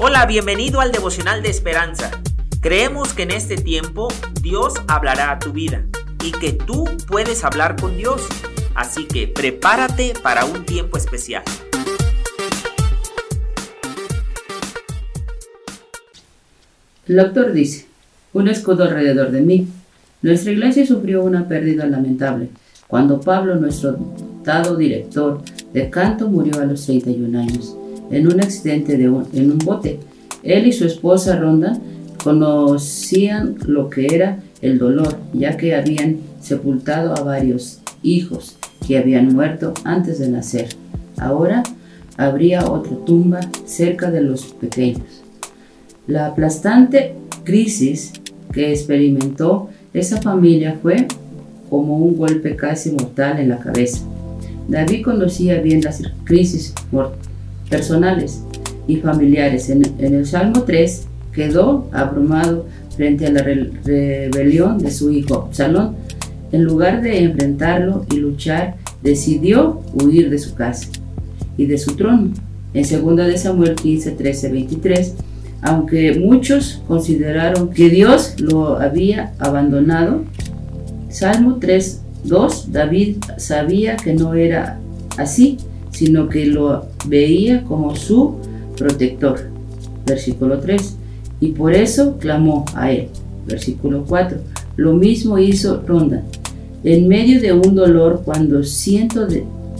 Hola, bienvenido al Devocional de Esperanza. Creemos que en este tiempo Dios hablará a tu vida y que tú puedes hablar con Dios. Así que prepárate para un tiempo especial. El autor dice: un escudo alrededor de mí. Nuestra iglesia sufrió una pérdida lamentable cuando Pablo, nuestro dado director de canto, murió a los 31 años en un accidente en un bote. Él y su esposa Rhonda conocían lo que era el dolor, ya que habían sepultado a varios hijos que habían muerto antes de nacer. Ahora habría otra tumba cerca de los pequeños. La aplastante crisis que experimentó esa familia fue como un golpe casi mortal en la cabeza. David conocía bien las crisis personales y familiares. En el Salmo 3 quedó abrumado frente a la rebelión de su hijo Absalón. En lugar de enfrentarlo y luchar, decidió huir de su casa y de su trono. En 2 Samuel 15, 13, 23, aunque muchos consideraron que Dios lo había abandonado, Salmo 3, 2, David sabía que no era así, sino que lo veía como su protector. Versículo 3, y por eso clamó a él. Versículo 4, lo mismo hizo Rhonda. En medio de un dolor, cuando cientos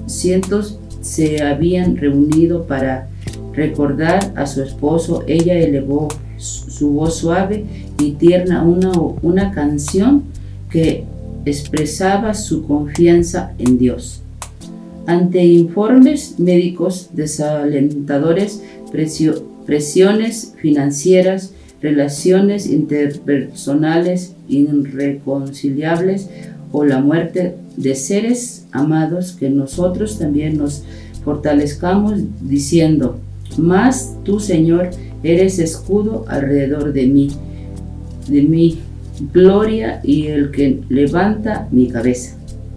se habían reunido para recordar a su esposo, ella elevó su voz suave y tierna, una canción que expresaba su confianza en Dios. Ante informes médicos desalentadores, presiones financieras, relaciones interpersonales irreconciliables o la muerte de seres amados, que nosotros también nos fortalezcamos diciendo: mas tú, Señor, eres escudo alrededor de mí, gloria y el que levanta mi cabeza.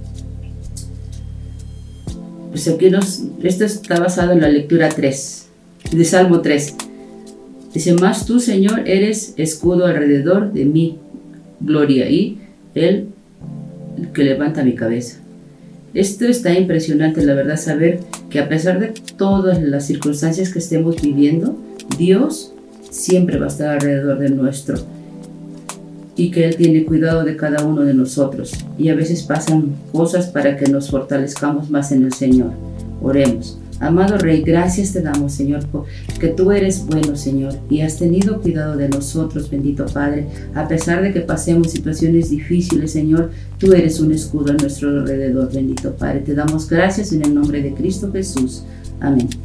Pues aquí esto está basado en la lectura 3, de Salmo 3. Dice: mas tú, Señor, eres escudo alrededor de mí, gloria y el que levanta mi cabeza. Esto está impresionante, la verdad, saber que a pesar de todas las circunstancias que estemos viviendo, Dios siempre va a estar alrededor de nuestro, y que Él tiene cuidado de cada uno de nosotros. Y a veces pasan cosas para que nos fortalezcamos más en el Señor. Oremos. Amado Rey, gracias te damos, Señor, porque tú eres bueno, Señor, y has tenido cuidado de nosotros, bendito Padre. A pesar de que pasemos situaciones difíciles, Señor, tú eres un escudo a nuestro alrededor, bendito Padre. Te damos gracias en el nombre de Cristo Jesús. Amén.